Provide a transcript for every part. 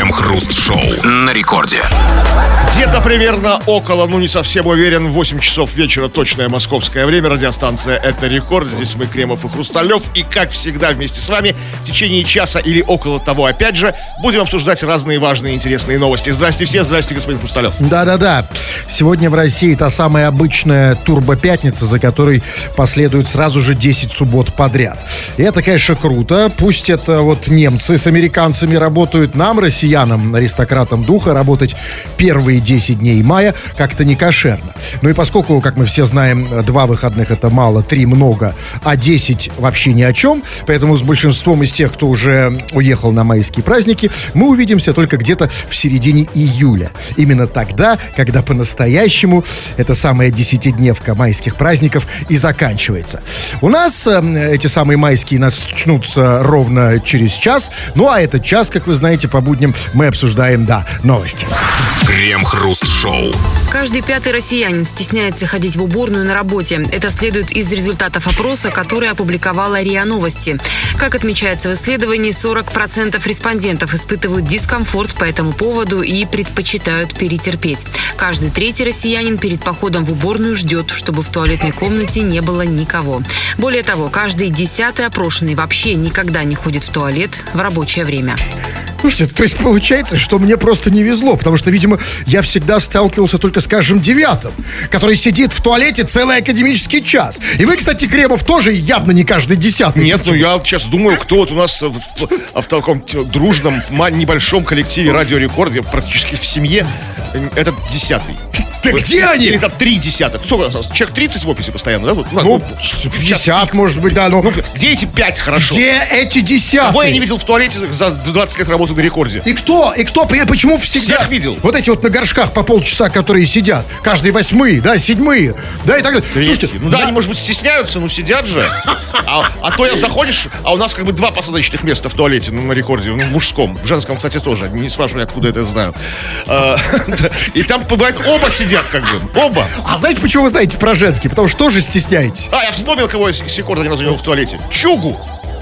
Крем-хруст-шоу на рекорде. Где-то примерно около, не совсем уверен, 8 часов вечера, точное московское время. Радиостанция «Это рекорд». Здесь мы, Кремов и Хрусталев. И, как всегда, вместе с вами в течение часа или около того, опять же, будем обсуждать разные важные интересные новости. Здрасте все, здрасте, господин Хрусталев. Да-да-да. Сегодня в России та самая обычная турбо-пятница, за которой последует сразу же 10 суббот подряд. И это, конечно, круто. Пусть это вот немцы с американцами работают, нам, россиянам, аристократам духа, работать первые 10 дней мая как-то не кошерно. Ну и поскольку, как мы все знаем, 2 выходных это мало, 3 много, а 10 вообще ни о чем, поэтому с большинством из тех, кто уже уехал на майские праздники, мы увидимся только где-то в середине июля. Именно тогда, когда по-настоящему эта самая 10-дневка майских праздников и заканчивается. У нас эти самые майские начнутся ровно через час, ну а этот час, как вы знаете, по будням мы обсуждаем, новости. Крем-хруст-шоу. Каждый 5-й россиянин стесняется ходить в уборную на работе. Это следует из результатов опроса, который опубликовала РИА Новости. Как отмечается в исследовании, 40% респондентов испытывают дискомфорт по этому поводу и предпочитают перетерпеть. Каждый 3-й россиянин перед походом в уборную ждет, чтобы в туалетной комнате не было никого. Более того, каждый 10-й опрошенный вообще никогда не ходит в туалет в рабочее время. Слушайте, то есть получается, что мне просто не везло, потому что, видимо, я всегда сталкивался только с, скажем, 9-м, который сидит в туалете целый академический час. И вы, кстати, Кремов, тоже явно не каждый 10-й. Нет, я сейчас думаю, кто вот у нас в таком дружном, небольшом коллективе Радио Рекорд, практически в семье, этот 10-й. Да где они? Или там 3 десятых. Сколько у нас? Человек 30 в офисе постоянно, да? 50, может быть, да. Где эти 5 хорошо? Где эти 10-е? Кого я не видел в туалете за 20 лет работы на рекорде? И кто? Почему всегда? Всех видел. Вот эти вот на горшках по полчаса, которые сидят. Каждый 8-й, 7-й, и так далее. 3-й. Слушайте, они, может быть, стесняются, но сидят же. А то я заходишь, а у нас как бы 2 посадочных места в туалете на рекорде, в мужском. В женском, кстати, тоже. Не спрашивали, откуда это знаю. И там, бывает, оба сидят как бы. Оба. А знаете, почему вы знаете про женский? Потому что тоже стесняетесь. Я вспомнил, кого я с рекорда ни разу не был в туалете. Чугу.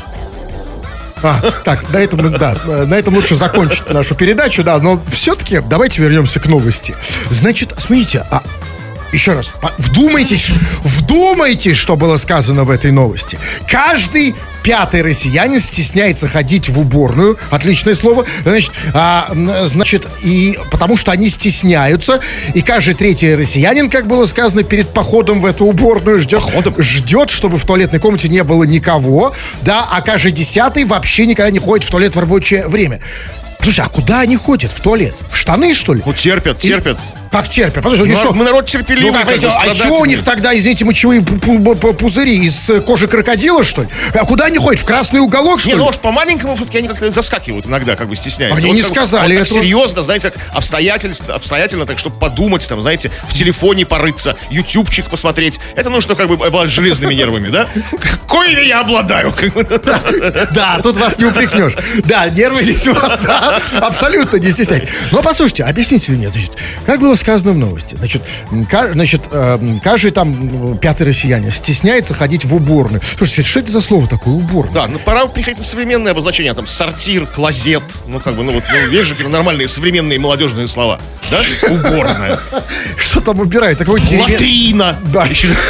Так, на этом лучше закончить нашу передачу, но все-таки давайте вернемся к новости. Значит, смотрите, еще раз, вдумайтесь, что было сказано в этой новости. Каждый 5-й россиянин стесняется ходить в уборную. Отличное слово. Значит, и потому что они стесняются. И каждый 3-й россиянин, как было сказано, перед походом в эту уборную ждет, чтобы в туалетной комнате не было никого. А каждый 10-й вообще никогда не ходит в туалет в рабочее время. Слушай, а куда они ходят? В туалет? В штаны, что ли? Терпят. Как терпят? Подожди, мы народ терпеливый. А чего у них тогда, извините, мочевые пузыри из кожи крокодила, что ли? А куда они ходят? В красный уголок, что ли? Может, по-маленькому все-таки они как-то заскакивают иногда, как бы стесняются. Они не сказали этого. Серьезно, знаете, обстоятельно, так, чтобы подумать, там, знаете, в телефоне порыться, ютубчик посмотреть. Это нужно как бы обладать железными нервами, да? Коими я обладаю. Да, тут вас не упрекнешь. Да, нервы здесь у вас, абсолютно не стесняйтесь. Но послушайте, объясните мне, как было сказано в новости. Каждый там 5-й россиянин стесняется ходить в уборную. Слушайте, что это за слово такое, уборная? Пора приходить на современное обозначение, там, сортир, клозет, видишь же, нормальные современные молодежные слова, да? Уборная. Что там убирают? Латрина. Да.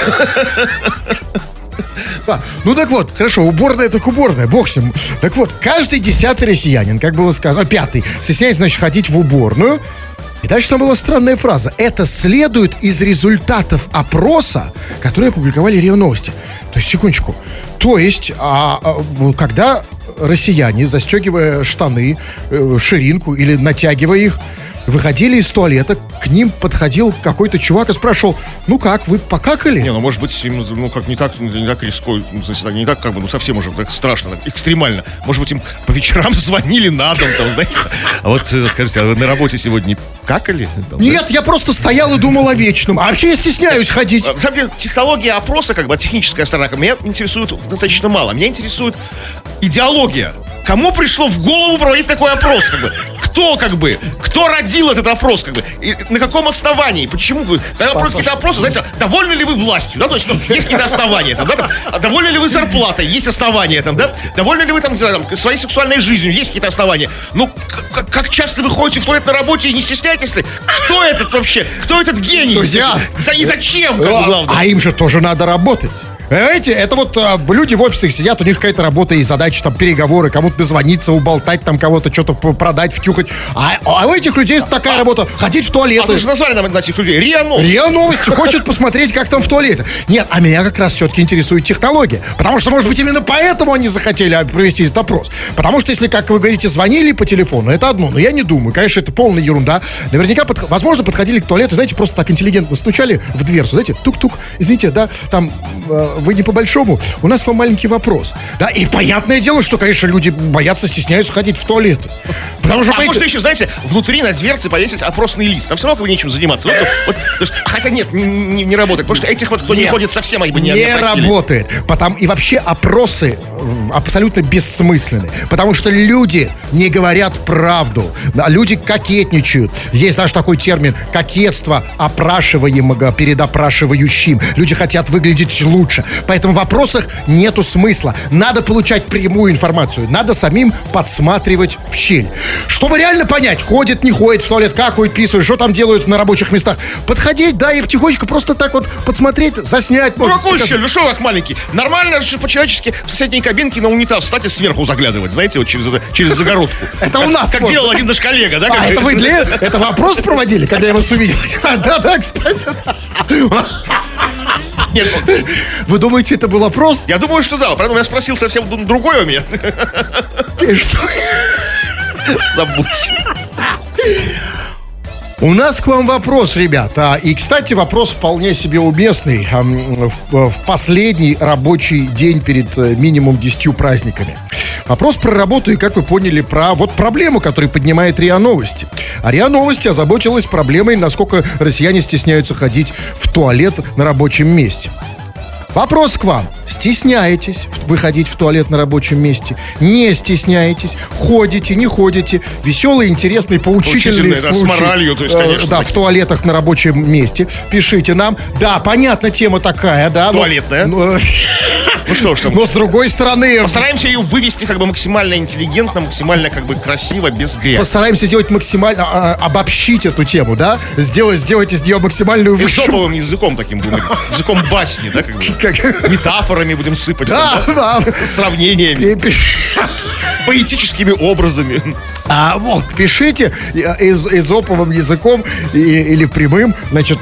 Так вот, хорошо, уборная так уборная, бог с ним. Так вот, каждый 10-й россиянин, как было сказано, 5-й, стесняется, значит, ходить в уборную. И дальше там была странная фраза. Это следует из результатов опроса, которые опубликовали РИА Новости. То есть, секундочку. То есть, когда россияне, застегивая штаны, ширинку или натягивая их, выходили из туалета, к ним подходил какой-то чувак и спрашивал: ну как, вы покакали? Может быть, им, не так рискует, не так, совсем уже так страшно, так экстремально. Может быть, им по вечерам звонили на дом, там, знаете. А вот, скажите, а вы на работе сегодня какали? Нет, я просто стоял и думал о вечном. А вообще я стесняюсь ходить. На самом деле, технология опроса, техническая сторона, меня интересует достаточно мало. Меня интересует идеология. Кому пришло в голову проводить такой опрос, кто родил этот опрос, и на каком основании, почему вы, когда проводят какие-то опросы, знаете, довольны ли вы властью, да, то есть, есть какие-то основания, там, да, там, довольны ли вы зарплатой, есть основания, там, да, довольны ли вы там своей сексуальной жизнью, есть какие-то основания, как часто вы ходите в туалет на работе и не стесняетесь ли, кто этот вообще, кто этот гений, и зачем, главное. А им же тоже надо работать. Понимаете, это вот люди в офисах сидят, у них какая-то работа и задача, там, переговоры, кому-то дозвониться, уболтать, там, кого-то что-то продать, втюхать. А у этих людей такая работа, ходить в туалеты. А вы же назвали нам этих людей РИА Новости. РИА Новости хочет посмотреть, как там в туалете. Нет, а меня как раз все-таки интересует технология. Потому что, может быть, именно поэтому они захотели провести этот опрос. Потому что, если, как вы говорите, звонили по телефону, это одно. Но я не думаю, конечно, это полная ерунда. Наверняка, возможно, подходили к туалету, знаете, просто так интеллигентно стучали в дверцу. Знаете, тук-тук, извините, да, там... Вы не по-большому, у нас вам маленький вопрос. Да, и понятное дело, что, конечно, люди боятся, стесняются ходить в туалет. Потому что, может еще, знаете, внутри на дверце повесить опросный лист. Там все равно нечем заниматься. То есть, хотя нет, не работает. Потому что этих кто не ходит, совсем они бы не работает. И вообще опросы абсолютно бессмысленны. Потому что люди не говорят правду. Люди кокетничают. Есть даже такой термин кокетство опрашиваемого перед опрашивающим. Люди хотят выглядеть лучше. Поэтому в вопросах нету смысла. Надо получать прямую информацию. Надо самим подсматривать в щель. Чтобы реально понять, ходит, не ходит в туалет, какают, писают, что там делают на рабочих местах. Подходить, да, и потихонечку просто так вот подсмотреть, заснять. Какую щель? Что как маленький? Нормально, по-человечески в соседней кабинке на унитаз встать и сверху заглядывать, знаете, вот через загородку. Это у нас. Как делал один наш коллега, да? Это вы это вопрос проводили, когда я вас увидел? Да, кстати. Нет, вы думаете, это был опрос? Я думаю, что да. Правда, я спросил совсем другой момент. Ты что? Забудь. У нас к вам вопрос, ребята. И, кстати, вопрос вполне себе уместный. В последний рабочий день перед минимум 10 праздниками. Вопрос про работу и, как вы поняли, про проблему, которую поднимает РИА Новости. А РИА Новости озаботилась проблемой, насколько россияне стесняются ходить в туалет на рабочем месте. Вопрос к вам. Стесняетесь выходить в туалет на рабочем месте? Не стесняетесь? Ходите, не ходите? Веселые, интересные, поучительные случаи. С моралью, то есть, конечно. Да, в туалетах на рабочем месте. Пишите нам. Да, понятно, тема такая, да. Туалетная. Что ж там. Но с другой стороны... Постараемся ее вывести максимально интеллигентно, максимально красиво, без грязи. Постараемся сделать максимально... обобщить эту тему, да? Сделать из нее максимальную... Эзоповым языком таким будем. Языком басни, да? Метафорами будем сыпать. Да. Сравнениями. Поэтическими образами. Пишите эзоповым языком или прямым, значит,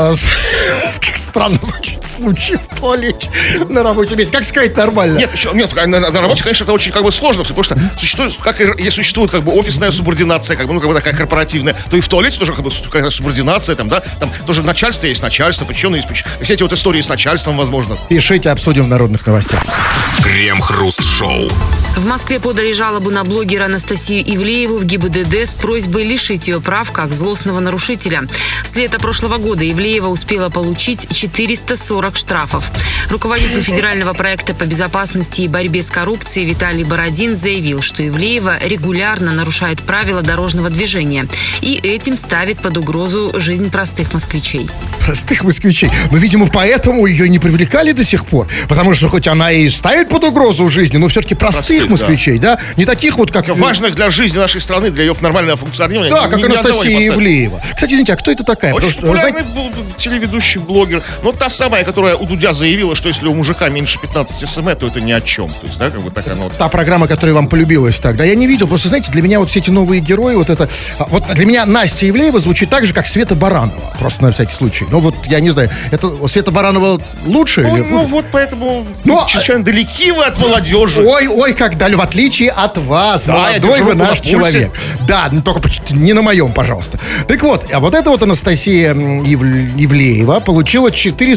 странно звучит случай в туалете на рабочем месте. Как сказать нормально? Нет, на работе, конечно, это очень сложно, потому что существует офисная субординация, такая корпоративная, то и в туалете тоже субординация, там тоже начальство есть начальство, подчиненные есть. Все эти истории с начальством, возможно. Пишите, обсудим в народных новостях. Крем-хруст-шоу. В Москве подали жалобу на блогера Анастасию Ивлееву в ГИБДД с просьбой лишить ее прав как злостного нарушителя. С лета прошлого года Ивлеева успела получить 440 штрафов. Руководитель федерального проекта по безопасности и борьбе с коррупцией Виталий Бородин заявил, что Ивлеева регулярно нарушает правила дорожного движения и этим ставит под угрозу жизнь простых москвичей. Простых москвичей? Но, видимо, поэтому ее не привлекали до сих пор. Потому что хоть она и ставит под угрозу жизни, но все-таки простых москвичей, да? Не таких как... Важных для жизни нашей страны, для ее нормального функционирования. Да, как Анастасия Ивлеева. Кстати, извините, а кто это такая? Очень популярный телеведущий блогер. Та самая, которая у Дудя заявила, что если у мужика меньше 15 см, то это ни о чем. То есть, да, такая Та программа, которая вам полюбилась тогда. Я не видел, просто, знаете, для меня все эти новые герои, для меня Настя Ивлеева звучит так же, как Света Баранова. Просто на всякий случай. Я не знаю, это Света Баранова лучше? Поэтому чрезвычайно далеки вы от молодежи. Ой, как далеко, в отличие от вас, да, молодой вы наш человек. Да, только не на моем, пожалуйста. Так вот, эта Анастасия Ивлеева получила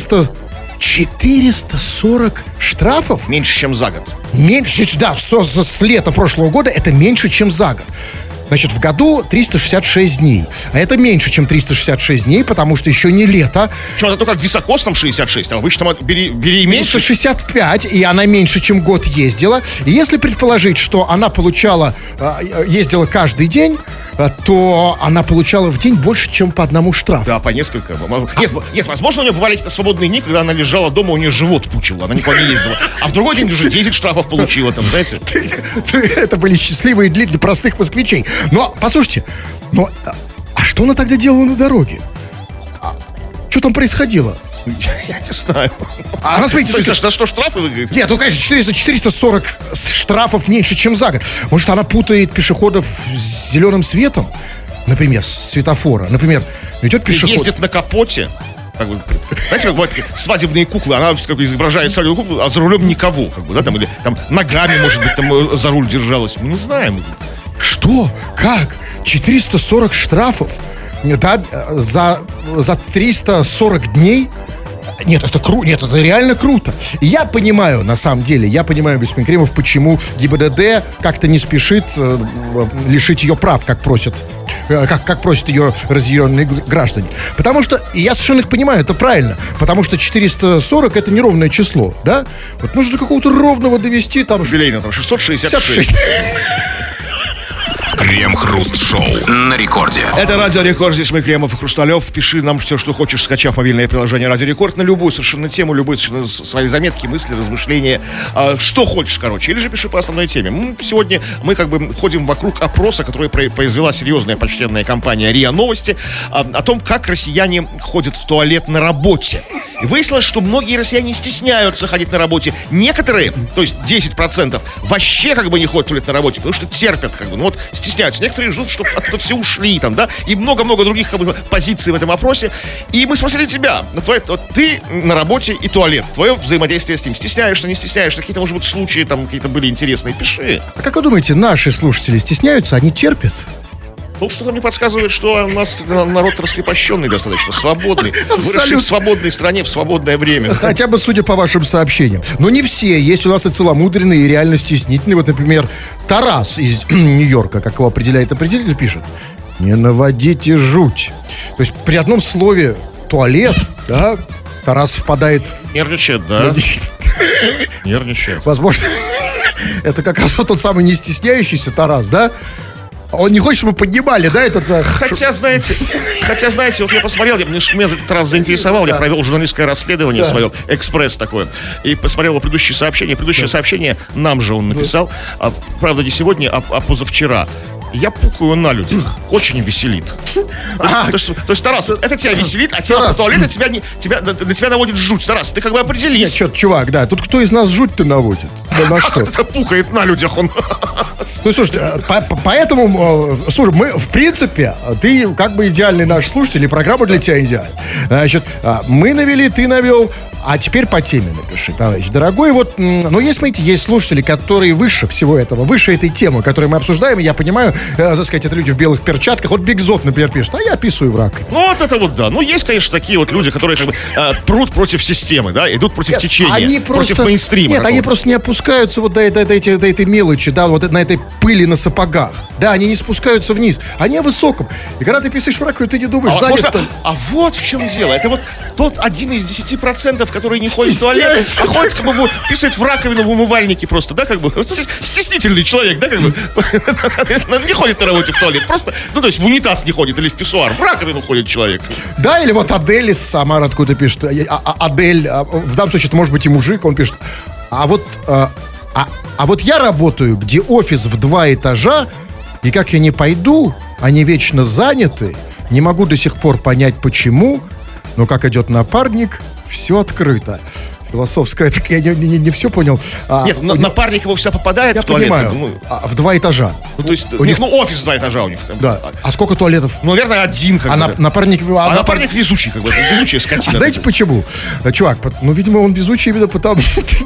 440 штрафов. Меньше, чем за год. Меньше, да, с лета прошлого года это меньше, чем за год. Значит, в году 366 дней. А это меньше, чем 366 дней, потому что еще не лето. Причем это только високосном 66, а обычно бери и меньше. 365, и она меньше, чем год ездила. И если предположить, что она ездила каждый день, то она получала в день больше, чем по одному штрафу. Да, по несколько. Нет, возможно, у нее бывали какие-то свободные дни, когда она лежала дома, у нее живот пучил, она никуда не ездила. А в другой день уже 10 штрафов получила, там, знаете. Это были счастливые дни для простых москвичей. Но, послушайте, а что она тогда делала на дороге? Что там происходило? Я не знаю. Она, смотрите, что штрафы, вы говорите? Нет, конечно, 440 штрафов меньше, чем за год. Может, она путает пешеходов с зеленым светом? Например, с светофора. Например, идет пешеход... Ездит на капоте. Знаете, как бывают такие свадебные куклы, она как бы изображает свадебную куклу, а за рулем никого, как бы, да, там, или там ногами, может быть, там за руль держалась. Мы не знаем. Что? Как? 440 штрафов? Да, за 340 дней? Нет, это Нет, это реально круто. И я понимаю, на самом деле, господин Кремов, почему ГИБДД как-то не спешит лишить ее прав, как просят ее разъяренные граждане. Потому что, и я совершенно их понимаю, это правильно. Потому что 440 это неровное число, да? Вот нужно до какого-то ровного довести там... Юбилейно, там 666. Крем-хруст-шоу на рекорде. Это Радио Рекорд, здесь мы, Кремов и Хрусталев. Пиши нам все, что хочешь, скачав мобильное приложение Радио Рекорд на любую совершенно тему, любые совершенно свои заметки, мысли, размышления, что хочешь, короче. Или же пиши по основной теме. Сегодня мы как бы ходим вокруг опроса, который произвела серьезная почтенная компания РИА Новости, о том, как россияне ходят в туалет на работе. И выяснилось, что многие россияне стесняются ходить на работе. Некоторые, то есть 10%, вообще как бы не ходят в туалет на работе, потому что терпят, как бы, ну вот стесняются. Некоторые ждут, чтобы оттуда все ушли, там, да, и много-много других как бы позиций в этом опросе. И мы спросили тебя, ты на работе и туалет, твое взаимодействие с ним. Стесняешься, не стесняешься, какие-то, может быть, случаи там какие-то были интересные, пиши. А как вы думаете, наши слушатели стесняются, они терпят? Ну, что-то мне подсказывает, что у нас народ раскрепощенный достаточно, свободный. Выросший в свободной стране в свободное время. Хотя бы судя по вашим сообщениям. Но не все. Есть у нас и целомудренные, и реально стеснительные. Вот, например, Тарас из Нью-Йорка, как его определяет определитель, пишет: не наводите жуть. То есть при одном слове туалет, да, Тарас впадает... Нервничает, да? Нервничает. Возможно, это как раз вот тот самый не стесняющийся Тарас, да? Он не хочет, чтобы поднимали, да, этот... Хотя, знаете, вот я посмотрел, меня этот раз заинтересовал, я провел журналистское расследование свое, экспресс такое, и посмотрел его предыдущее сообщение нам же он написал, правда, не сегодня, а позавчера. Я пукаю на людях. Очень веселит. То есть, Тарас, это тебя веселит, а тебя туалет, на тебя наводит жуть. Тарас, ты как бы определись. Нет, что-то, чувак, да. Тут кто из нас жуть-то наводит? Да на что? Это пукает на людях он. Ну, слушайте, поэтому, слушай, мы, в принципе, ты как бы идеальный наш слушатель, и программа для тебя идеальна. Значит, мы навели, ты навел, а теперь по теме напиши, товарищ дорогой. Вот, ну, смотрите, есть слушатели, которые выше всего этого, выше этой темы, которую мы обсуждаем, и я понимаю, так сказать, это люди в белых перчатках. Вот Биг Зот, например, пишет, а я писаю в раковину. Ну, вот это вот, да. Ну, есть, конечно, такие вот люди, которые как бы прут против системы, да, идут против течения, против мейнстрима. Нет, они просто не опускаются вот до этой мелочи, да, вот на этой пыли на сапогах. Да, они не спускаются вниз, они о высоком. И когда ты писаешь в раковину, ты не думаешь, а вот в чем дело. Это вот тот 1 из 10%, который не ходит в туалет, а ходит, как бы, писает в раковину в умывальнике просто, да, как бы. Стеснительный человек, да, как бы. Не ходит на работе в туалет, просто, ну, то есть в унитаз не ходит или в писсуар, в раковину ходит человек. Да, или вот Адель из Самары откуда пишет. Адель, в данном случае это может быть и мужик, он пишет. А вот я работаю, где офис в 2 этажа, и как я не пойду, они вечно заняты, не могу до сих пор понять, почему, но как идет напарник, все открыто. Философская, так я не все понял. Нет, напарник его всегда попадает в туалет. Я понимаю, в 2 этажа. Ну, то есть, у них, офис 2 этажа у них. Да. А сколько туалетов? Ну, наверное, 1. Как бы. Напарник везучий, как бы, везучая скотина. Знаете почему? Чувак, ну, видимо, он везучий именно потому...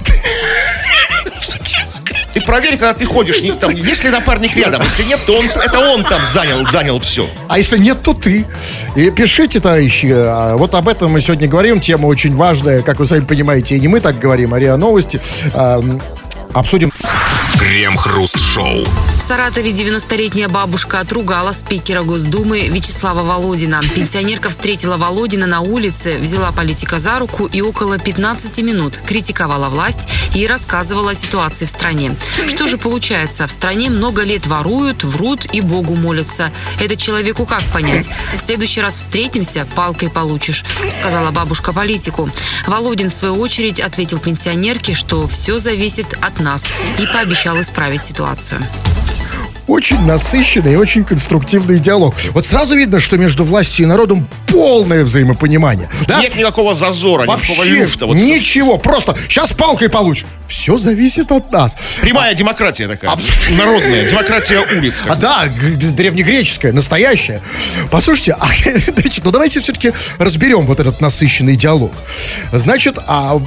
Ты проверь, когда ты ходишь, есть ли напарник рядом. Если нет, то это он там занял все. А если нет, то ты. И пишите, товарищи. Вот об этом мы сегодня говорим. Тема очень важная, как вы сами понимаете. И не мы так говорим, а РИА Новости. Обсудим. Крем-хруст-шоу. В Саратове 90-летняя бабушка отругала спикера Госдумы Вячеслава Володина. Пенсионерка встретила Володина на улице, взяла политика за руку и около 15 минут критиковала власть и рассказывала о ситуации в стране. Что же получается? В стране много лет воруют, врут и Богу молятся. Это человеку как понять? В следующий раз встретимся, палкой получишь, сказала бабушка политику. Володин, в свою очередь, ответил пенсионерке, что все зависит от нас, и пообещал исправить ситуацию. Очень насыщенный и очень конструктивный диалог. Вот сразу видно, что между властью и народом полное взаимопонимание. Да? Нет никакого зазора, никакого Вообще люфта. Вот ничего, просто сейчас палкой получишь. Все зависит от нас. прямая демократия такая. Народная. Демократия улиц. Да, древнегреческая, настоящая. Послушайте, значит, ну давайте все-таки разберем вот этот насыщенный диалог. Значит,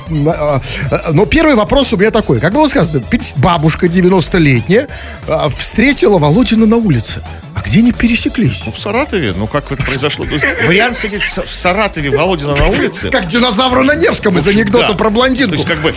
но первый вопрос у меня такой. Как было сказано, бабушка 90-летняя встретила Володина на улице. А где они пересеклись? В Саратове? Ну, как это произошло? Вариант встретить в Саратове Володина на улице. Как динозавра на Невском из анекдота про блондинку. То есть, как бы,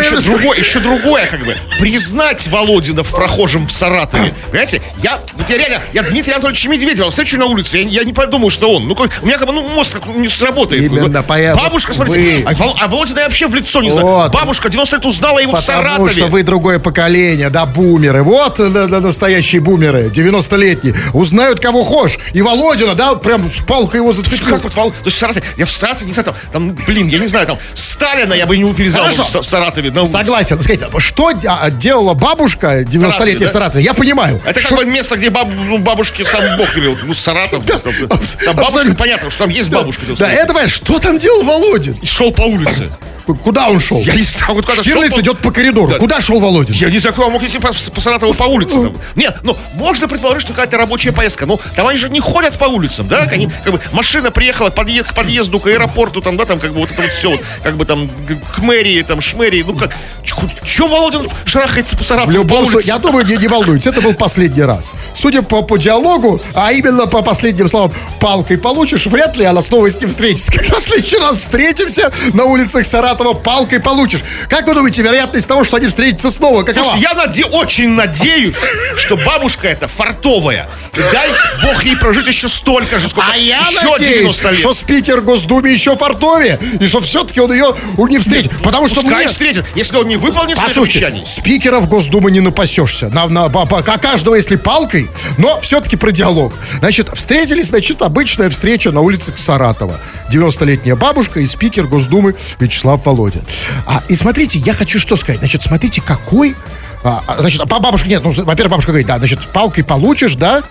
еще другое, как бы, признать Володина в прохожем в Саратове. Понимаете? Я Дмитрия Анатольевича Медведева встречу на улице, я не подумаю, что он. Ну, у меня, как бы, мозг не сработает. Именно, бабушка, смотрите, а Володина я вообще в лицо не знаю. Вот. Бабушка 90 лет узнала его в Саратове. Потому что вы другое поколение, да, бумеры. Вот настоящие бумеры, 90-летние. Узнают, кого хочешь. И Володина, да, прям с палкой его зацепил. Как вот то есть в Саратове, я в Саратове, не знаю, там, я не знаю, там, Сталина я бы не перевязал в Саратове. Согласен. Скажите, что делала бабушка 90-летняя в Саратове? Я понимаю. Это как бы место, где бабушки сам Бог велел. Ну, Саратов. Там бабушка, понятно, что там есть бабушка. Да, это, понимаешь, что там делал Володин? И шел по улице. Куда он шел? Я не знаю. Вот Штирлиц идет по коридору. Да. Куда шел Володин? Я не знаю, куда он мог идти по Саратову по улице. Там. Нет, ну, можно предположить, что какая-то рабочая поездка. Но там они же не ходят по улицам, да? Они, как бы, машина приехала к подъезду, к аэропорту, там, да, там, как бы, вот это вот все, вот, как бы, там, к мэрии, там, шмэрии. Ну, как, че Володин шарахается по Саратову? В любом случае, я думаю, не волнуйтесь, это был последний раз. Судя по диалогу, а именно по последним словам, палкой получишь, вряд ли она снова с ним встретится. Когда в следующий раз встретимся на улицах Саратова, палкой получишь. Как вы думаете, вероятность того, что они встретятся снова, какова? Слушайте, я очень надеюсь, что бабушка эта фартовая. И дай Бог ей прожить еще столько же, сколько я еще надеюсь, 90 лет. Что спикер Госдумы еще фартовее, и что все-таки он ее не встретит. Потому что пускай встретит, если он не выполнит свои обещания. Спикеров Госдумы не напасешься. Каждого, если палкой, но все-таки про диалог. Значит, встретились, обычная встреча на улицах Саратова. 90-летняя бабушка и спикер Госдумы Вячеслав Володин. И смотрите, я хочу что сказать. Значит, смотрите, какой... Значит, бабушка, нет, ну, во-первых, бабушка говорит, да, значит, палкой получишь, да?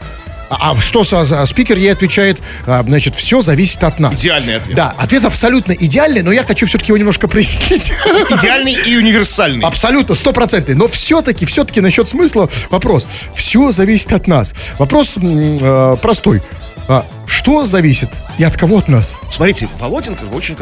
Что спикер ей отвечает, значит, все зависит от нас. Идеальный ответ. Да, ответ абсолютно идеальный, но я хочу все-таки его немножко прояснить. Идеальный и универсальный. Абсолютно, 100%. Но все-таки насчет смысла вопрос. Все зависит от нас. Вопрос простой. Что зависит и от кого от нас? Смотрите, Володин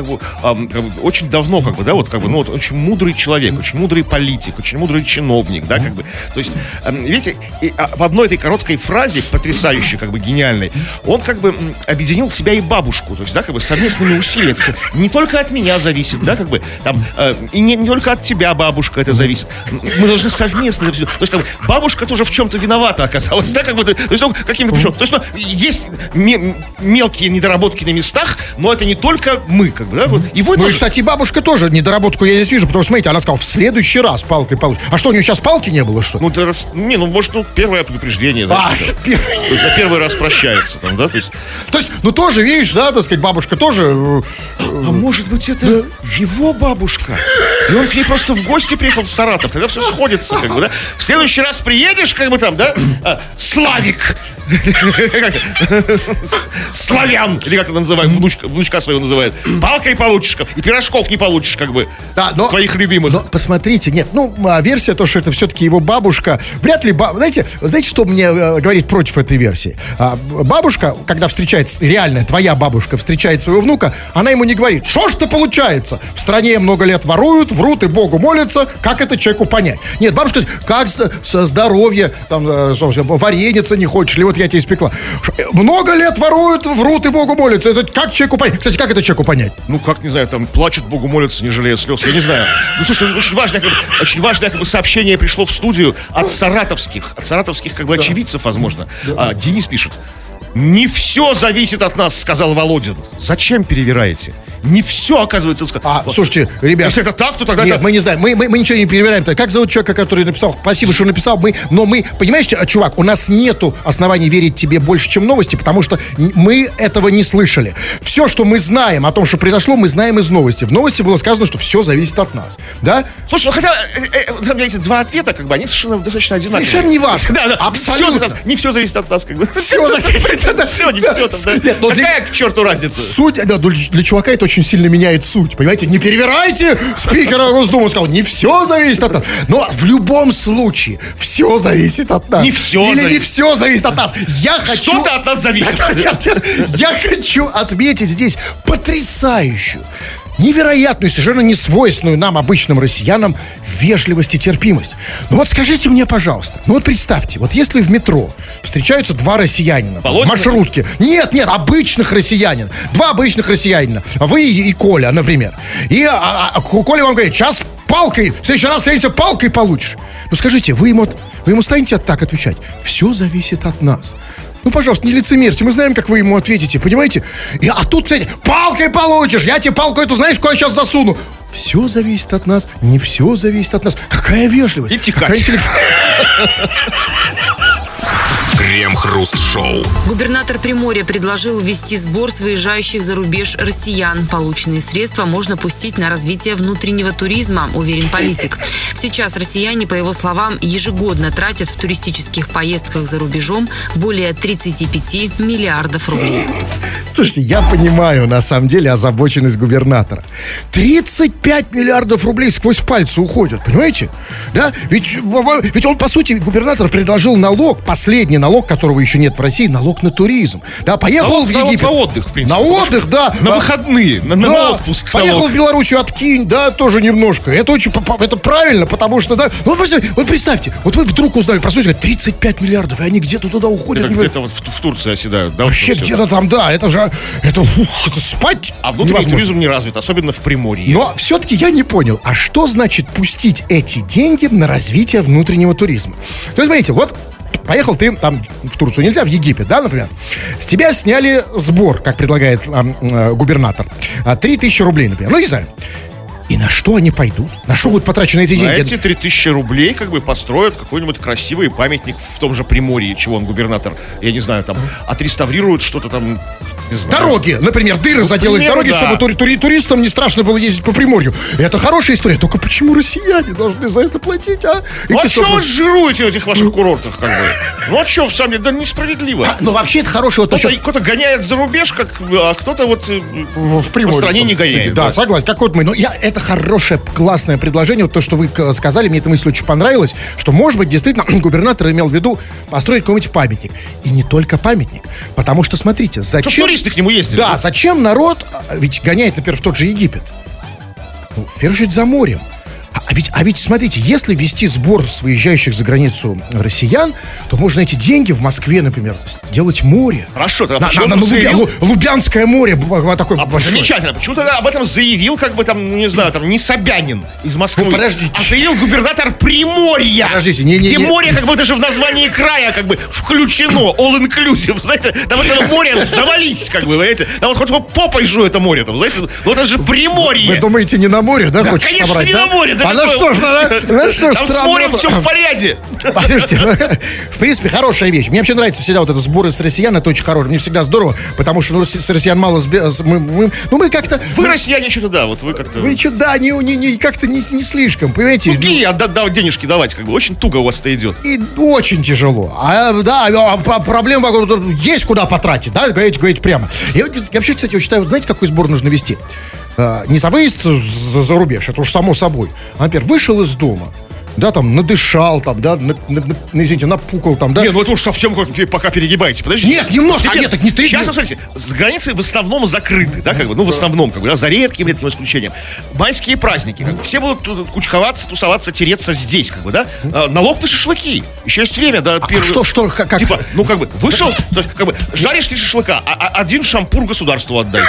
очень давно, очень мудрый человек, очень мудрый политик, очень мудрый чиновник, да, как бы. То есть, видите, в одной этой короткой фразе, потрясающей, как бы гениальной, он как бы объединил себя и бабушку, то есть, да, как бы совместными усилиями. То есть, не только от меня зависит, да, как бы, там, и не только от тебя, бабушка, это зависит. Мы должны совместно. То есть, как бы, бабушка тоже в чем-то виновата оказалась, да, как бы, то есть, ну, каким-то причем. То есть, ну, есть мелкие недоработки на местах, но это не только мы, как бы, да, вот. И вы тоже... и, кстати, бабушка тоже недоработку я здесь вижу, потому что, смотрите, она сказала, в следующий раз палкой получишь. А что, у нее сейчас палки не было, что? Может, первое предупреждение, значит, то есть на первый раз прощается, там, да, то есть, ну, тоже, видишь, да, так сказать, бабушка тоже... А может быть, это его бабушка? И он к ней просто в гости приехал в Саратов, тогда все сходится, как бы, да. В следующий раз приедешь, как бы там, да, Славик! Славян, или как это называют, внучка своего называет. Палкой получишь, и пирожков не получишь, как бы, да, но, твоих любимых. Но посмотрите, нет, версия то, что это все-таки его бабушка, вряд ли, знаете, что мне говорит против этой версии? Бабушка, когда встречает, реальная твоя бабушка встречает своего внука, она ему не говорит, что ж это получается? В стране много лет воруют, врут и Богу молятся, как это человеку понять? Нет, бабушка, как здоровье, там, вареница не хочешь, или вот вот я тебя испекла. Много лет воруют, врут и Богу молятся. Это как человеку понять? Кстати, как это человеку понять? Ну, как, не знаю, там, плачут, Богу молятся, не жалея слез, я не знаю. Ну, слушай, очень важное сообщение пришло в студию от саратовских, как бы, очевидцев, возможно. Денис пишет: не все зависит от нас, сказал Володин. Зачем перевираете? Не все, оказывается, слушайте, ребят. Если это так, то тогда нет, это... мы не знаем, мы ничего не перевираем. Как зовут человека, который написал? Спасибо, что написал. Но мы, понимаешь, чувак, у нас нету оснований верить тебе больше, чем новости, потому что мы этого не слышали. Все, что мы знаем о том, что произошло, мы знаем из новости. В новости было сказано, что все зависит от нас. Да? Слушай, ну хотя там эти два ответа, как бы, они совершенно достаточно одинаковые. Совершенно не важно. Да, абсолютно. Не все зависит от нас, как бы. Все зависит. Какая к черту разница? Суть, для чувака это очень сильно меняет суть. Понимаете, не перевирайте спикера Госдумы, сказал, не все зависит от нас. Но в любом случае, все зависит от нас. Не все или не все зависит от нас. Что-то от нас зависит. Я хочу отметить здесь потрясающую, невероятную, совершенно несвойственную нам, обычным россиянам, вежливость и терпимость. Ну вот скажите мне, пожалуйста, ну вот представьте, вот если в метро встречаются два россиянина в маршрутке, нет, обычных россиянин, два обычных россиянина, вы и Коля, например, и Коля вам говорит, сейчас палкой, в следующий раз встретимся, палкой получишь. Ну скажите, вы ему станете так отвечать? Все зависит от нас. Ну, пожалуйста, не лицемерьте, мы знаем, как вы ему ответите, понимаете? А тут, кстати, палкой получишь, я тебе палку эту, знаешь, куда я сейчас засуну? Все зависит от нас, не все зависит от нас. Какая вежливость. И тихать. Крем-хруст-шоу. Губернатор Приморья предложил ввести сбор с выезжающих за рубеж россиян. Полученные средства можно пустить на развитие внутреннего туризма, уверен политик. Сейчас россияне, по его словам, ежегодно тратят в туристических поездках за рубежом более 35 миллиардов рублей. Слушайте, я понимаю, на самом деле, озабоченность губернатора. 35 миллиардов рублей сквозь пальцы уходят, понимаете? Да? Ведь он, по сути, губернатор предложил налог, последний налог, которого еще нет в России, налог на туризм. Да, поехал в Египет. На отдых, в принципе. На отдых, да. На выходные, на отпуск. Поехал в Белоруссию, откинь, да, тоже немножко. Это очень, это правильно, потому что, да, вот представьте, вот вы вдруг узнали, проснулись, 35 миллиардов, и они где-то туда уходят. Где-то вот в Турции оседают, да? Вообще где-то там, да, это спать. А внутренний туризм не развит, особенно в Приморье. Но все-таки я не понял, а что значит пустить эти деньги на развитие внутреннего туризма? То есть, смотрите, вот поехал ты там в Турцию, нельзя, в Египет, да, например. С тебя сняли сбор, как предлагает губернатор, 3000 рублей, например. Ну, не знаю. И на что они пойдут? На что будут потрачены эти деньги? Эти 3000 рублей как бы построят какой-нибудь красивый памятник в том же Приморье, чего он губернатор, я не знаю, там, отреставрируют что-то там, не знаю. Дороги, например, дыры заделать в дороге, да. чтобы туристам не страшно было ездить по Приморью. Это хорошая история, только почему россияне должны за это платить, а? Ну а что вы жируете на этих ваших курортах, как бы? Ну а что, в самом деле, да несправедливо. Ну вообще это хороший вот... Кто-то гоняет за рубеж, а кто-то вот в Приморье, по стране не гоняет. Да, согласен, как вот мы. Но это хорошее, классное предложение. Вот то, что вы сказали, мне эта мысль очень понравилась, что, может быть, действительно, губернатор имел в виду построить какой-нибудь памятник. И не только памятник. Потому что, смотрите, зачем... Чтобы туристы к нему ездили. Да, зачем народ ведь гоняет, например, в тот же Египет? Ну, в первую очередь, за морем. А ведь, смотрите, если ввести сбор с выезжающих за границу россиян, то можно эти деньги в Москве, например, сделать море. Хорошо, тогда Лубянское море такое большое. Замечательно. Почему тогда об этом заявил, как бы там, ну, не знаю, там, не Собянин из Москвы, ну, подождите. А заявил губернатор Приморья. Подождите, где море, как бы, даже в названии края, как бы, включено, all-inclusive, знаете, там этого моря завались, как бы, знаете, там вот хоть попой жу это море, там, знаете, ну это же Приморье. Вы думаете, не на море, да, хочешь конечно, собрать, не да? на море, да. Ну что ж, там с морем все в порядке. Подождите, в принципе, хорошая вещь. Мне вообще нравится всегда вот это сборы с россиян, это очень хорошо. Мне всегда здорово, потому что с россиян мало мы как-то... Вы россияне что-то, да, вот вы как-то... Вы что, да, как-то не слишком, понимаете? Тугие денежки давать, как бы, очень туго у вас это идет. И очень тяжело. Проблема есть куда потратить, да, говорить прямо. Я вообще, кстати, считаю, вот знаете, какой сбор нужно вести? Не за выезд за рубеж, это уж само собой. А, например, вышел из дома, да, там, надышал, там, да, извините, напукал, там, да. Не, ну это уж совсем пока перегибаете. Подождите. Нет, немножко, нет, так не 3 дня. Сейчас, смотрите, с границы в основном закрыты, да, как бы, ну, в основном, как бы, да, за редким исключением. Майские праздники, как бы, все будут тут кучковаться, тусоваться, тереться здесь, как бы, да. Налог на шашлыки. Еще есть время, да, Что, как? Типа, ну, как бы, вышел, то есть, как бы, жаришь ты шашлыка, а один шампур государству отдай.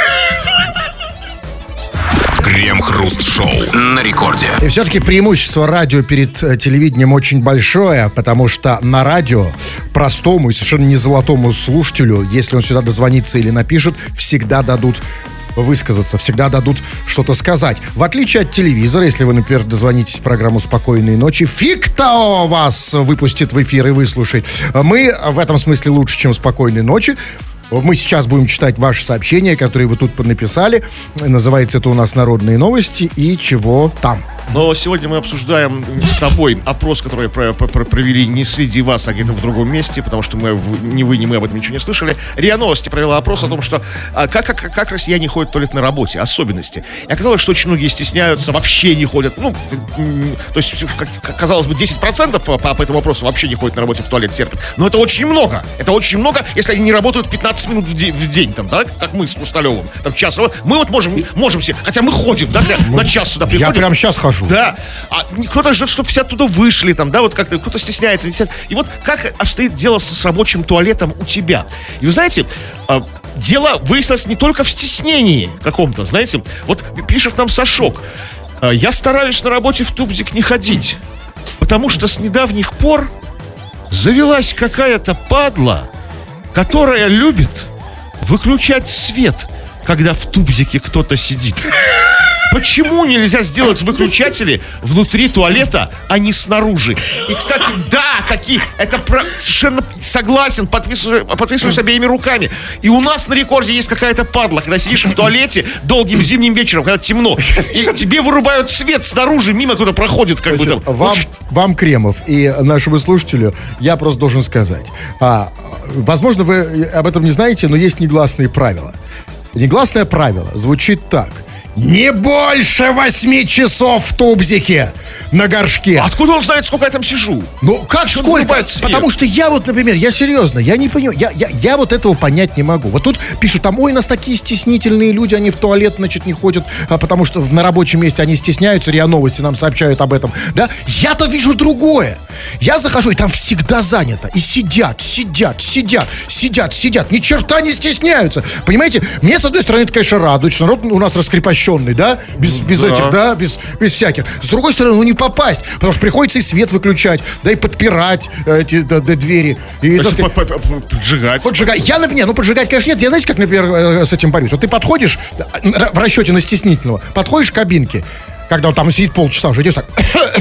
Крем-хруст-шоу на рекорде. И все-таки преимущество радио перед телевидением очень большое, потому что на радио простому и совершенно не золотому слушателю, если он сюда дозвонится или напишет, всегда дадут высказаться, всегда дадут что-то сказать. В отличие от телевизора, если вы, например, дозвонитесь в программу «Спокойной ночи», фиг-то вас выпустит в эфир и выслушает. Мы в этом смысле лучше, чем «Спокойной ночи». Мы сейчас будем читать ваши сообщения, которые вы тут написали. Называется это у нас «Народные новости» и чего там. Но сегодня мы обсуждаем с тобой опрос, который провели не среди вас, а где-то в другом месте, потому что ни вы, ни мы об этом ничего не слышали. РИА Новости провела опрос о том, что как россияне ходят в туалет на работе, особенности. И оказалось, что очень многие стесняются, вообще не ходят. Ну, то есть, казалось бы, 10% по этому вопросу вообще не ходят на работе, в туалет терпят. Но это очень много. Это очень много, если они не работают 15 минут в день, там, да, как мы с Хрусталевым. Там час. Мы вот можем все, хотя мы ходим, да, на час сюда приходим. Я прямо сейчас хожу. Да, а кто-то ждет, чтобы все оттуда вышли, там, да, вот как-то кто-то стесняется, не стесняется. И вот как обстоит дело с рабочим туалетом у тебя? И вы знаете, дело выяснилось не только в стеснении каком-то, знаете. Вот пишет нам Сашок: я стараюсь на работе в тубзик не ходить, потому что с недавних пор завелась какая-то падла, которая любит выключать свет, когда в тубзике кто-то сидит. Почему нельзя сделать выключатели внутри туалета, а не снаружи? И, кстати, да, такие, это совершенно согласен, подписываюсь обеими руками. И у нас на рекорде есть какая-то падла, когда сидишь в туалете долгим зимним вечером, когда темно, и тебе вырубают свет снаружи, мимо кто-то проходит, как бы там. Вам, Кремов, и нашему слушателю, я просто должен сказать. Возможно, вы об этом не знаете, но есть негласные правила. Негласное правило звучит так: не больше 8 часов в тубзике на горшке. Откуда он знает, сколько я там сижу? Ну, как Что сколько? Потому что я вот, например, я серьезно, я не понимаю, я вот этого понять не могу. Вот тут пишут, там, ой, у нас такие стеснительные люди, они в туалет, значит, не ходят, потому что на рабочем месте они стесняются, РИА Новости нам сообщают об этом, да? Я-то вижу другое. Я захожу, и там всегда занято. И сидят, ни черта не стесняются. Понимаете, мне, с одной стороны, это, конечно, радует, что народ у нас раскрепощенный, да? Без этих, да, без всяких. С другой стороны, ну не попасть, потому что приходится и свет выключать, да, и подпирать эти двери. И, так сказать, поджигать. Я, например, поджигать, конечно, нет. Я, знаете, как, например, с этим борюсь? Вот ты подходишь, в расчете на стеснительного, подходишь к кабинке, когда он там сидит полчаса, уже идешь так...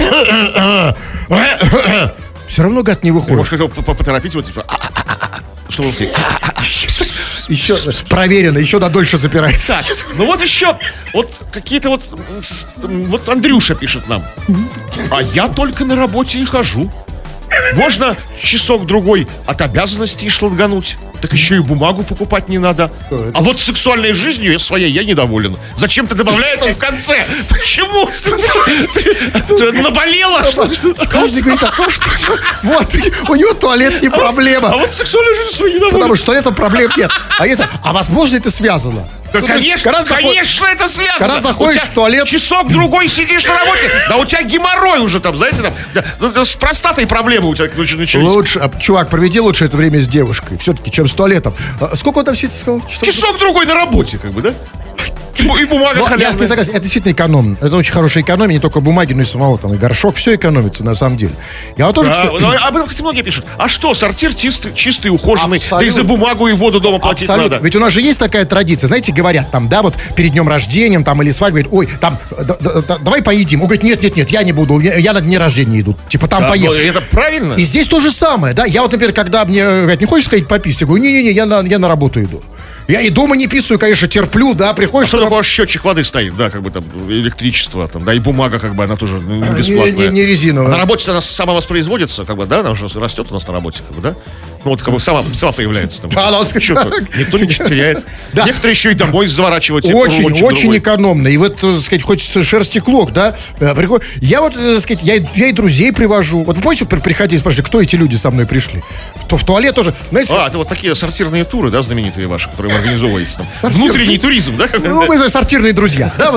Все равно гад не выходит. Может, хотел поторопить вот, типа... Что он говорит? Еще проверено, еще дольше запирается. Так, ну вот еще, вот какие-то вот Андрюша пишет нам: а я только на работе и хожу. Можно часок-другой от обязанностей шлангануть, так еще и бумагу покупать не надо. А вот сексуальной жизнью своей я недоволен. Зачем-то добавляет он в конце. Почему? Наболело? Каждый говорит о том, что вот, у него туалет не проблема. А вот сексуальной жизнью своей недоволен. Потому что туалетом проблем нет. А возможно, это связано. Да, конечно, это связано. Когда заходишь в туалет... Часок-другой сидишь на работе, да у тебя геморрой уже там, знаете, там, с простатой проблемы у тебя начались. Лучше, чувак, проведи лучше это время с девушкой, все-таки, чем с туалетом. Сколько он там сидит? Часок-другой на работе, как бы, да? И бумага халявная. Я согласен, это действительно экономно. Это очень хорошая экономия, не только бумаги, но и самого там, и горшок. Все экономится, на самом деле. Я вот тоже, кстати... Об этом, кстати, многие пишут. А что, сортир чистый, ухоженный, абсолютно. Да и за бумагу и воду дома платить надо. Ведь у нас же есть такая традиция, знаете, говорят там, да, вот перед днем рождения там или свадьбой, говорят, ой, там, давай поедим. Он говорит, нет, я не буду, я на дни рождения иду. Типа там поем. Это правильно. И здесь то же самое, да. Я вот, например, когда мне говорят, не хочешь сходить пописать, я говорю, не-не-не, я на работу иду. Я и дома не писаю, конечно, терплю, да, приходишь... А что счетчик воды стоит, да, как бы там электричество, там, да, и бумага, как бы, она тоже не бесплатная. Не резиновая. А на работе она самовоспроизводится, как бы, да, она уже растет у нас на работе, как бы, да. Ну, вот как бы сама появляется там. Да, Никто ничего не теряет. Да. Некоторые еще и домой заворачивают. Очень экономно. И вот, так сказать, хоть шерсти клок, да? Я вот, так сказать, я и друзей привожу. Вот вы помните, приходили и спрашивали, кто эти люди со мной пришли? То в туалет тоже. Знаете, это вот такие сортирные туры, да, знаменитые ваши, которые вы организовываете там. Внутренний туризм, да? Ну, мы называем сортирные друзья. Да,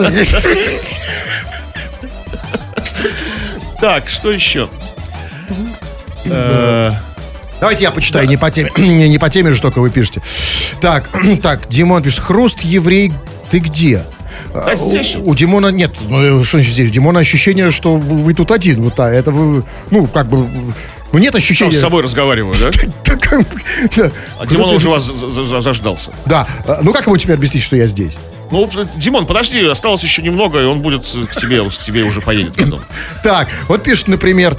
Так, что еще? давайте я почитаю, не по теме же только вы пишете. Так, Димон пишет, Хруст, еврей, ты где? Да, здесь. У Димона нет, что значит здесь? У Димона ощущение, что вы тут один. Вот, это вы, как бы, нет ощущения. Сам с собой разговариваю, да? А Димон уже вас заждался. Да, как ему теперь объяснить, что я здесь? Ну, Димон, подожди, осталось еще немного, и он будет к тебе уже поедет потом. Так, вот пишет, например,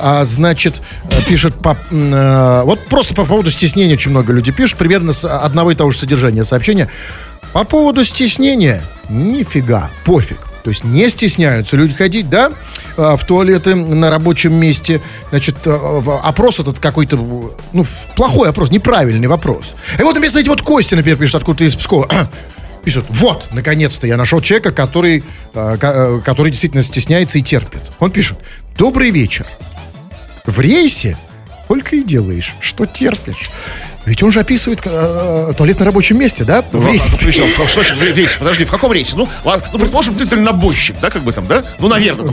пишет, вот просто по поводу стеснения очень много людей пишут, примерно с одного и того же содержания сообщения. По поводу стеснения, нифига, пофиг. То есть не стесняются люди ходить, да, в туалеты на рабочем месте. Значит, опрос этот какой-то, плохой опрос, неправильный вопрос. И вот, например, смотрите, вот Костя, например, пишет откуда-то из Пскова. Пишет, вот, наконец-то я нашел человека, который действительно стесняется и терпит. Он пишет, добрый вечер. В рейсе только и делаешь, что терпишь. Ведь он же описывает туалет на рабочем месте, да? В рейсе. Что значит в рейсе? Подожди, в каком рейсе? Предположим, ты дальнобойщик, да, как бы там, да? Наверное.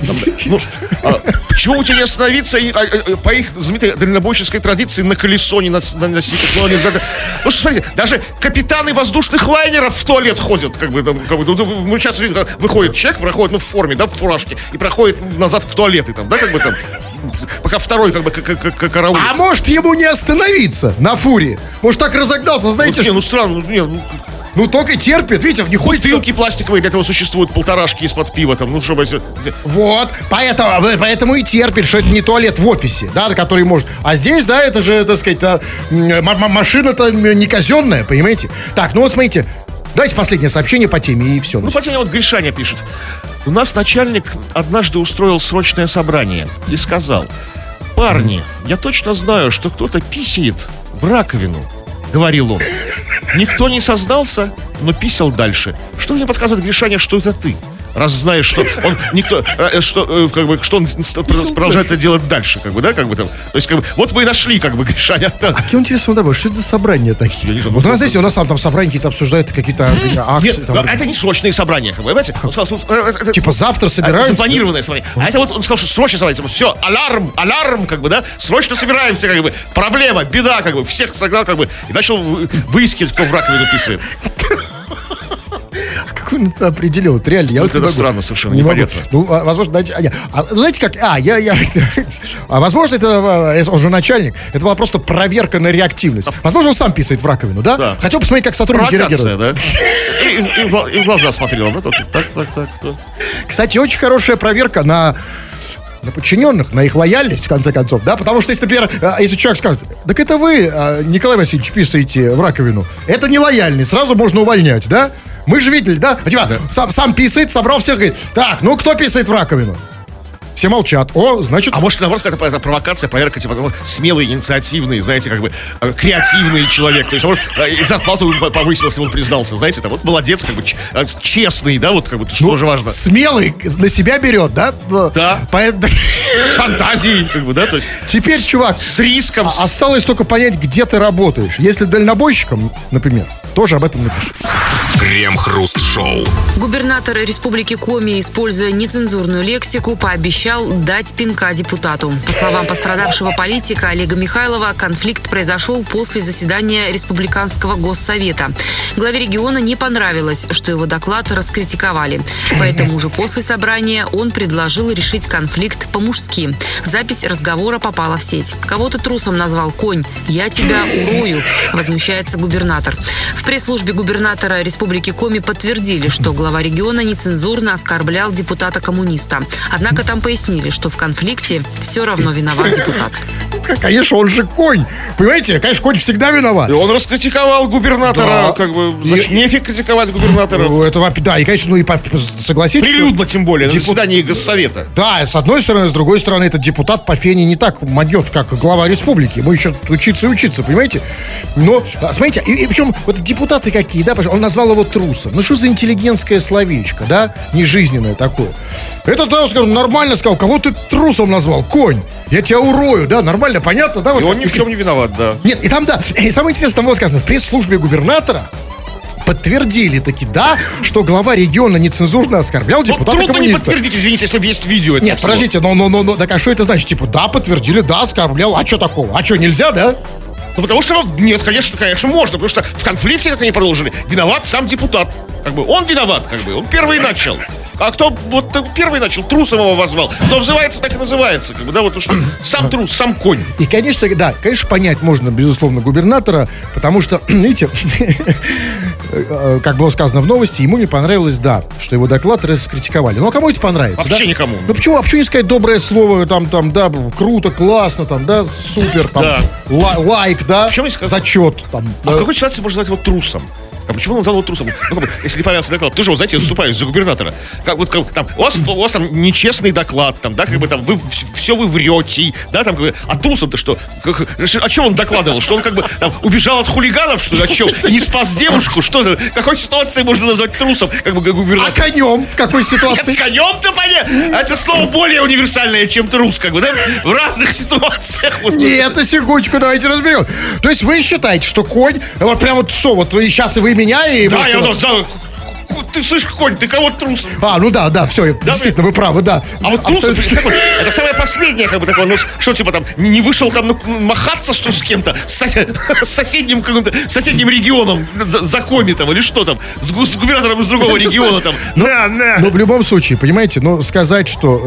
Почему бы тебе не остановиться и по их знаменитой дальнобойщической традиции на колесо не носить? Ну, что, смотрите, даже капитаны воздушных лайнеров в туалет ходят, как бы там, мы сейчас видим, выходит человек, проходит, в форме, да, в фуражке, и проходит назад в туалеты, там, да, как бы там, пока второй, как бы, караулит. А может, ему не остановиться на фуре? Может, так разогнался, знаете, что... странно, только терпит, видите, не ходит... Бутылки пластиковые, для этого существуют полторашки из-под пива, там, чтобы... Вот, поэтому и терпит, что это не туалет в офисе, да, который может... А здесь, да, это же, так сказать, машина-то не казенная, понимаете? Так, вот смотрите, давайте последнее сообщение по теме, и все. По теме вот Гришаня пишет. У нас начальник однажды устроил срочное собрание и сказал: парни, я точно знаю, что кто-то писает в раковину, говорил он. Никто не создался, но писал дальше. Что мне подсказывает Гришаня, что это ты? Раз знаешь, что он что он продолжает это делать дальше, как бы, да, как бы там. То есть, как бы, вот мы и нашли, как бы, Гришаня. А какие интересные удобы, что это за собрания такие? Вот у нас здесь, у нас там собрания какие-то обсуждают, какие-то акции. Нет, это не срочные собрания, как бы, понимаете? Он сказал, типа завтра собираемся. Запланированное собрание. А это вот он сказал, что срочно собрание. Все, аларм, как бы, да, срочно собираемся, как бы. Проблема, беда, как бы, всех согнал, как бы, и начал выискивать, кто в раковину писает. Как он это определил? Вот реально, я вот это странно, совершенно не непонятно. Возможно, знаете как? Возможно, это он же начальник. Это была просто проверка на реактивность. Возможно, он сам писает в раковину, да? Да. Хотел посмотреть, как сотрудники реагируют. Да? И в глаза смотрел. Так. Кстати, очень хорошая проверка на подчиненных, на их лояльность, в конце концов, да, потому что, если, например, если человек скажет, так это вы, Николай Васильевич, писаете в раковину, это не лояльный, сразу можно увольнять, да? Мы же видели, да? Сам писает, собрал всех, говорит, так, кто писает в раковину? Все молчат. Значит... А может, наоборот, какая-то провокация, проверка, типа, смелый, инициативный, знаете, как бы, креативный человек. То есть, может, и зарплату повысил, если он признался, знаете, это вот молодец, как бы, честный, да, вот, как бы, что же важно. Смелый на себя берет, да? Да. С фантазией, как бы, да, то есть... Теперь, чувак, с риском. Осталось только понять, где ты работаешь. Если дальнобойщиком, например, тоже об этом напиши. Крем-хруст-шоу. Губернатор Республики Коми, используя нецензурную лексику, пообещал дать пинка депутату. По словам пострадавшего политика Олега Михайлова, конфликт произошел после заседания Республиканского госсовета. Главе региона не понравилось, что его доклад раскритиковали. Поэтому уже после собрания он предложил решить конфликт по-мужски. Запись разговора попала в сеть. Кого-то трусом назвал конь. «Я тебя урою», возмущается губернатор. В пресс-службе губернатора Республики Республики Коми подтвердили, что глава региона нецензурно оскорблял депутата-коммуниста. Однако там пояснили, что в конфликте все равно виноват депутат. Конечно, он же конь. Понимаете, конечно, конь всегда виноват. И он раскритиковал губернатора, значит, нефиг критиковать губернатора. Да, и, конечно, согласитесь. Прилюдно, тем более, на заседании Госсовета. Да, с одной стороны, с другой стороны, этот депутат по фене не так могет, как глава республики. Ему еще учиться и учиться, понимаете? Но, смотрите, и причем вот депутаты какие, да, он назвал его трусом. Ну, что за интеллигентское словечко, да, нежизненное такое. Это, да, нормально сказал, кого ты трусом назвал? Конь. Я тебя урою, да, нормально, понятно, да? И он ни в чем не виноват, да. Нет, и там, да, и самое интересное, там было сказано, в пресс-службе губернатора подтвердили таки, да, что глава региона нецензурно оскорблял депутата трудно коммуниста. Не подтвердить, извините, если есть видео. Нет, подождите, но, так а что это значит? Типа, да, подтвердили, да, оскорблял, а что такого? А что, нельзя, да? Ну, потому что, нет, конечно, можно, потому что в конфликте, как они продолжили, виноват сам депутат. Как бы он виноват, как бы, он первый начал. А кто вот первый начал, трусом его возвал, кто обзывается, так и называется, как бы, да, вот что сам трус, сам конь. И, конечно, да, конечно, понять можно, безусловно, губернатора, потому что, видите, как было сказано в новости, ему не понравилось, да, что его доклад раскритиковали. Ну, а кому это понравится? Вообще да? никому. Ну, почему не сказать доброе слово, там, да, круто, классно, там, да, супер, там, да. Лайк, да, почему не сказать? Зачет, там. А в какой ситуации можно назвать его трусом? А почему он назвал его трусом? Ну, как бы, если не понравился доклад, ты же, вот, знаете, я выступаю за губернатора. Как вот там, у вас там нечестный доклад, там, да, как бы там вы врете, да, там, как бы, а трусом-то что? О чем он докладывал? Что он как бы там убежал от хулиганов, что ли, о чем? И не спас девушку? Что это? Какой ситуации можно назвать трусом, как бы губернатор? А конем в какой ситуации? Конем-то понятно. Это слово более универсальное, чем трус, как бы, да? В разных ситуациях. Нет, секундочку, давайте разберем. То есть вы считаете, что конь, вот прям вот что, вот вы сейчас и вы меня, и... Да, я вот ты слышишь, конь, ты кого трусом? Ну да, все, действительно, вы правы, да. А вот трусом, это самое последнее, как бы такое, ну что, типа там, не вышел там махаться, что с кем-то, с соседним каким-то, соседним регионом, за коми там, или что там, с губернатором из другого региона там. Но в любом случае, понимаете, сказать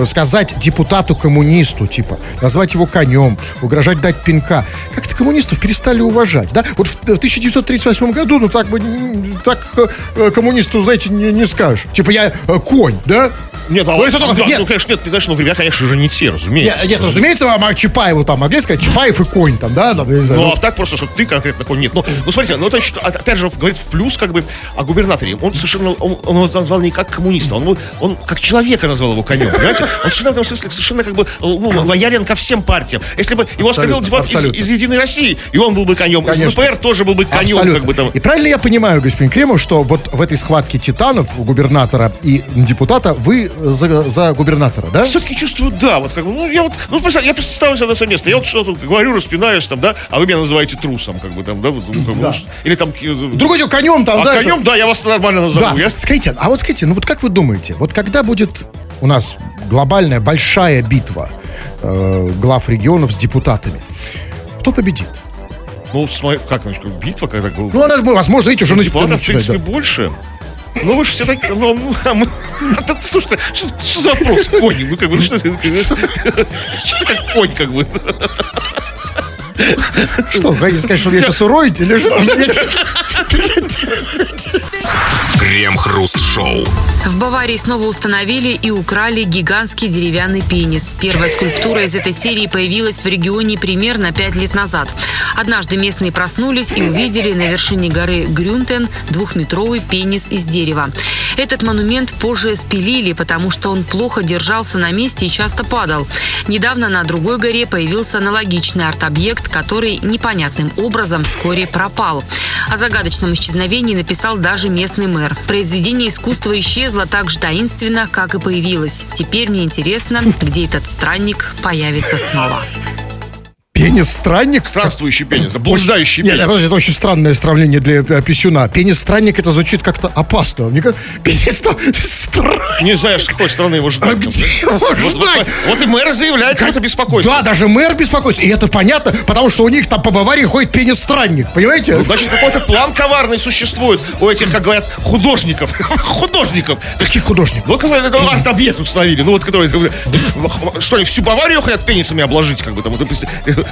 депутату-коммунисту, типа, назвать его конем, угрожать дать пинка, как-то коммунистов перестали уважать, да? Вот в 1938 году, так коммунисту, знаете, не скажешь. Типа, я конь, да? Нет, конечно, времена, конечно же, не те, разумеется. Нет, разумеется, Чапаеву там могли сказать, Чапаев и конь там, да? Ну, а так просто, что ты конкретно конь, нет. Ну, смотрите, это опять же говорит в плюс, как бы, о губернаторе. Он совершенно, он назвал не как коммуниста, он как человека назвал его конем, понимаете? Он совершенно в этом смысле совершенно, как бы, лоялен ко всем партиям. Если бы его оскорбил депутат из «Единой России», и он был бы конем, из ЛДПР тоже был бы конем, абсолютно. Как бы там. И правильно я понимаю, господин Кремов, что вот в этой схватке титанов, губернатора и депутата, вы за губернатора, да? Все-таки чувствую, да, вот как бы, я представлю себя на свое место, я вот что-то говорю, распинаюсь там, да, а вы меня называете трусом, как бы там, да, или там... Другой дело, конем там, да? Конем, да, я вас нормально назову. Да, скажите, вот как вы думаете, вот когда будет у нас глобальная большая битва глав регионов с депутатами, кто победит? Ну, смотри, как, значит, битва, когда... Ну, она, возможно, видите, уже... Депутатов, в принципе, больше. Ну, вы же все так... Слушайте, что за вопрос, конь? Ну, как бы, что ты как конь, как бы? Что, хотите сказать, что меня сейчас уроете, или что? Крем-хруст-шоу. В Баварии снова установили и украли гигантский деревянный пенис. Первая скульптура из этой серии появилась в регионе примерно 5 лет назад. Однажды местные проснулись и увидели на вершине горы Грюнтен 2-метровый пенис из дерева. Этот монумент позже спилили, потому что он плохо держался на месте и часто падал. Недавно на другой горе появился аналогичный арт-объект, который непонятным образом вскоре пропал. О загадочном исчезновении написал даже местный мэр. Произведение искусства исчезло так же таинственно, как и появилось. Теперь мне интересно, где этот странник появится снова. Пенис-странник? Странствующий пенис, блуждающий пенис. Нет, это очень странное сравнение для писюна. Пенис-странник, это звучит как-то опасно. Пенис-странник. Не знаешь, с какой стороны его ждать. А где его ждать? Вот и мэр заявляет какое-то беспокойство. Да, даже мэр беспокоится. И это понятно, потому что у них там по Баварии ходит пенис-странник. Понимаете? Значит, какой-то план коварный существует у этих, как говорят, художников. Художников. Каких художников? Ну, которые это арт-объект установили. Ну, вот, которые, что они всю Баварию хотят пенисами обложить, как бы там.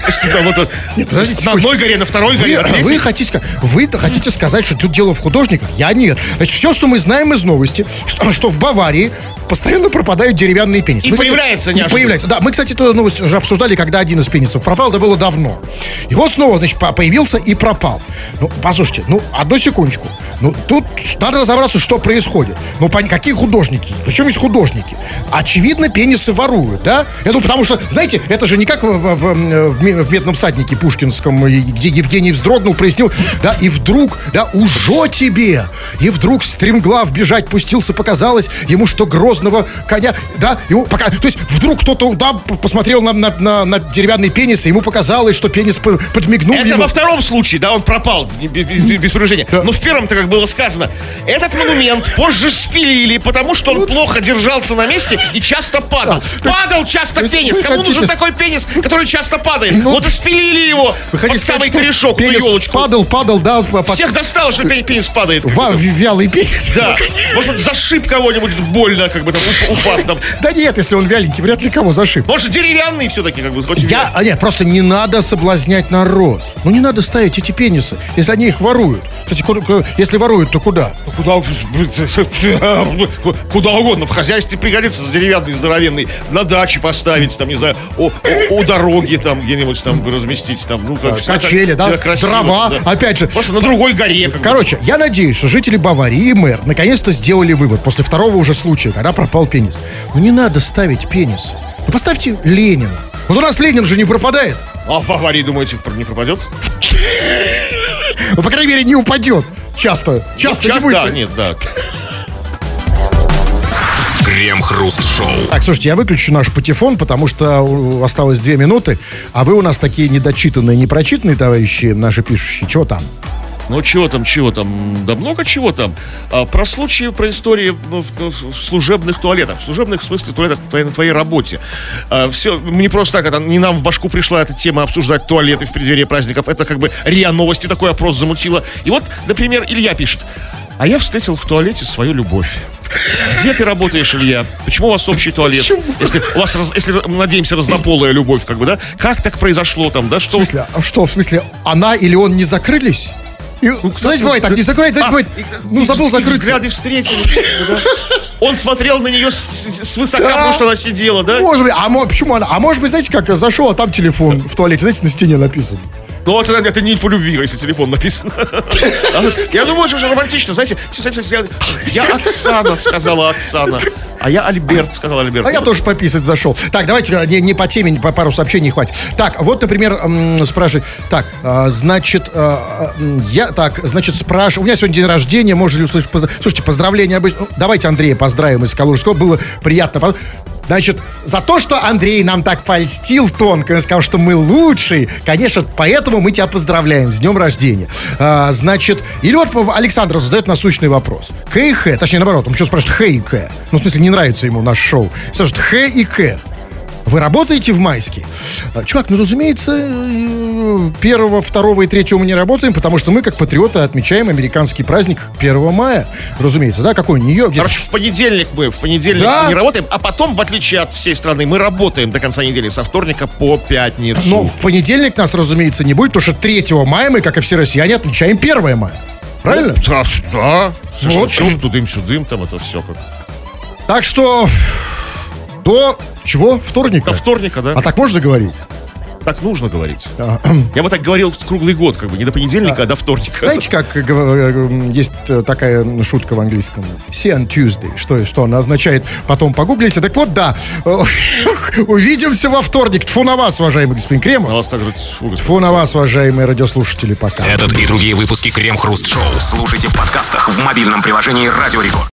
Нет, подождите, на одной горе, на второй горе, на третьей. Вы-то хотите сказать, что тут дело в художниках? Я нет. Значит, все, что мы знаем из новости, что в Баварии постоянно пропадают деревянные пенисы. И появляется неожиданно. Появляется. Да, мы, кстати, эту новость уже обсуждали, когда один из пенисов пропал, это было давно. И вот снова, значит, появился и пропал. Ну, послушайте, одну секундочку. Тут надо разобраться, что происходит. Какие художники? Причем есть художники? Очевидно, пенисы воруют, да? Потому что, знаете, это же не как в «Медном всаднике» пушкинском, где Евгений вздрогнул, прояснил, да, и вдруг, да, ужо тебе! И вдруг стремглав бежать пустился, показалось ему, что грозного коня, да, то есть вдруг кто-то, да, посмотрел на деревянный пенис, и ему показалось, что пенис подмигнул ему. Это во втором случае, да, он пропал без пружения. Да. Но в первом-то, как было сказано, этот монумент позже спилили, потому что он плохо держался на месте и часто падал. Падал часто пенис. Кому нужен такой пенис, который часто падает? Вот и спилили его под самый корешок, на елочку. Падал, да. Всех достало, что пенис падает. Вялый пенис. Да. Может быть, зашиб кого-нибудь больно, как бы там, упав там. Да нет, если он вяленький, вряд ли кого зашиб. Может, деревянный все-таки, как бы. Нет, просто не надо соблазнять народ. Не надо ставить эти пенисы, если они их воруют. Кстати, если воруют, то куда? Куда угодно. В хозяйстве пригодится деревянный, здоровенный. На даче поставить, там, не знаю, у дороги там где-нибудь там разместить. Там, качели, да? Дрова, да. Опять же. Просто на другой горе. Короче, я надеюсь, что жители Баварии и мэр наконец-то сделали вывод после второго уже случая, когда пропал пенис. Не надо ставить пенисы. Поставьте Ленина. Вот у нас Ленин же не пропадает. А в Баварии, думаете, не пропадет? По крайней мере, не упадет. Часто не будет. Да, нет, да. Крем-хруст-шоу. Так, слушайте, я выключу наш патефон, потому что осталось 2 минуты, а вы у нас такие недочитанные, непрочитанные, товарищи наши пишущие. Чего там? Чего там, да много чего там. Про случаи, про истории в служебных туалетах. В служебных, в смысле, туалетах на твоей работе. Все, не просто так, не нам в башку пришла эта тема обсуждать туалеты в преддверии праздников. Это как бы РИА Новости такой опрос замутила. И вот, например, Илья пишет: а я встретил в туалете свою любовь. Где ты работаешь, Илья? Почему у вас общий туалет? Если у вас, надеемся, разнополая любовь, как бы, да? Как так произошло там, да? Что? В смысле, она или он не закрылись? Знаете, бывает, так не закрывает, знаете, бывает, забыл закрыть. Взгляды встретились. Он смотрел на нее свысока, потому что она сидела, да? Может быть, почему она? А может быть, знаете, как зашел, а там телефон в туалете, знаете, на стене написан. Это не по любви, если телефон написан. Я думаю, что романтично, знаете. Я Оксана, сказала Оксана. А я Альберт, сказал Альберт. А я тоже пописать зашел. Так, давайте не по теме, по пару сообщений хватит. Так, вот, например, спрашивает. Так, значит, спрашиваю. У меня сегодня день рождения, можно ли услышать? Слушайте, поздравления. Давайте Андрея поздравим из Калужского. Было приятно. Значит, за то, что Андрей нам так польстил тонко, он сказал, что мы лучшие, конечно, поэтому мы тебя поздравляем с днем рождения. Значит, или вот Александр задает насущный вопрос. К и Х, точнее, наоборот, он еще спрашивает Х и К. В смысле, не нравится ему наш шоу. Слушай, Х и К. Вы работаете в майские? Чувак, разумеется, 1, 2 и 3 мы не работаем, потому что мы, как патриоты, отмечаем американский праздник 1 мая. Разумеется, да? Какой Нью-Йорк? Короче, в понедельник да? Не работаем, а потом, в отличие от всей страны, мы работаем до конца недели, со вторника по пятницу. Но в понедельник нас, разумеется, не будет, потому что 3 мая мы, как и все россияне, отмечаем 1 мая. Правильно? Да. Вот. Тудым-сюдым, там это все как. Так что... До чего? Вторника? До вторника, да. А так можно говорить? Так нужно говорить. Я бы так говорил круглый год, как бы, не до понедельника, а до вторника. Знаете, как есть такая шутка в английском? See on Tuesday. Что она означает? Потом погуглите. Так вот, да. Увидимся во вторник. Тьфу на вас, уважаемый господин Кремов. Тьфу на вас, уважаемые радиослушатели. Пока. Этот и другие выпуски Крем-хруст-шоу слушайте в подкастах в мобильном приложении Радио Рекорд.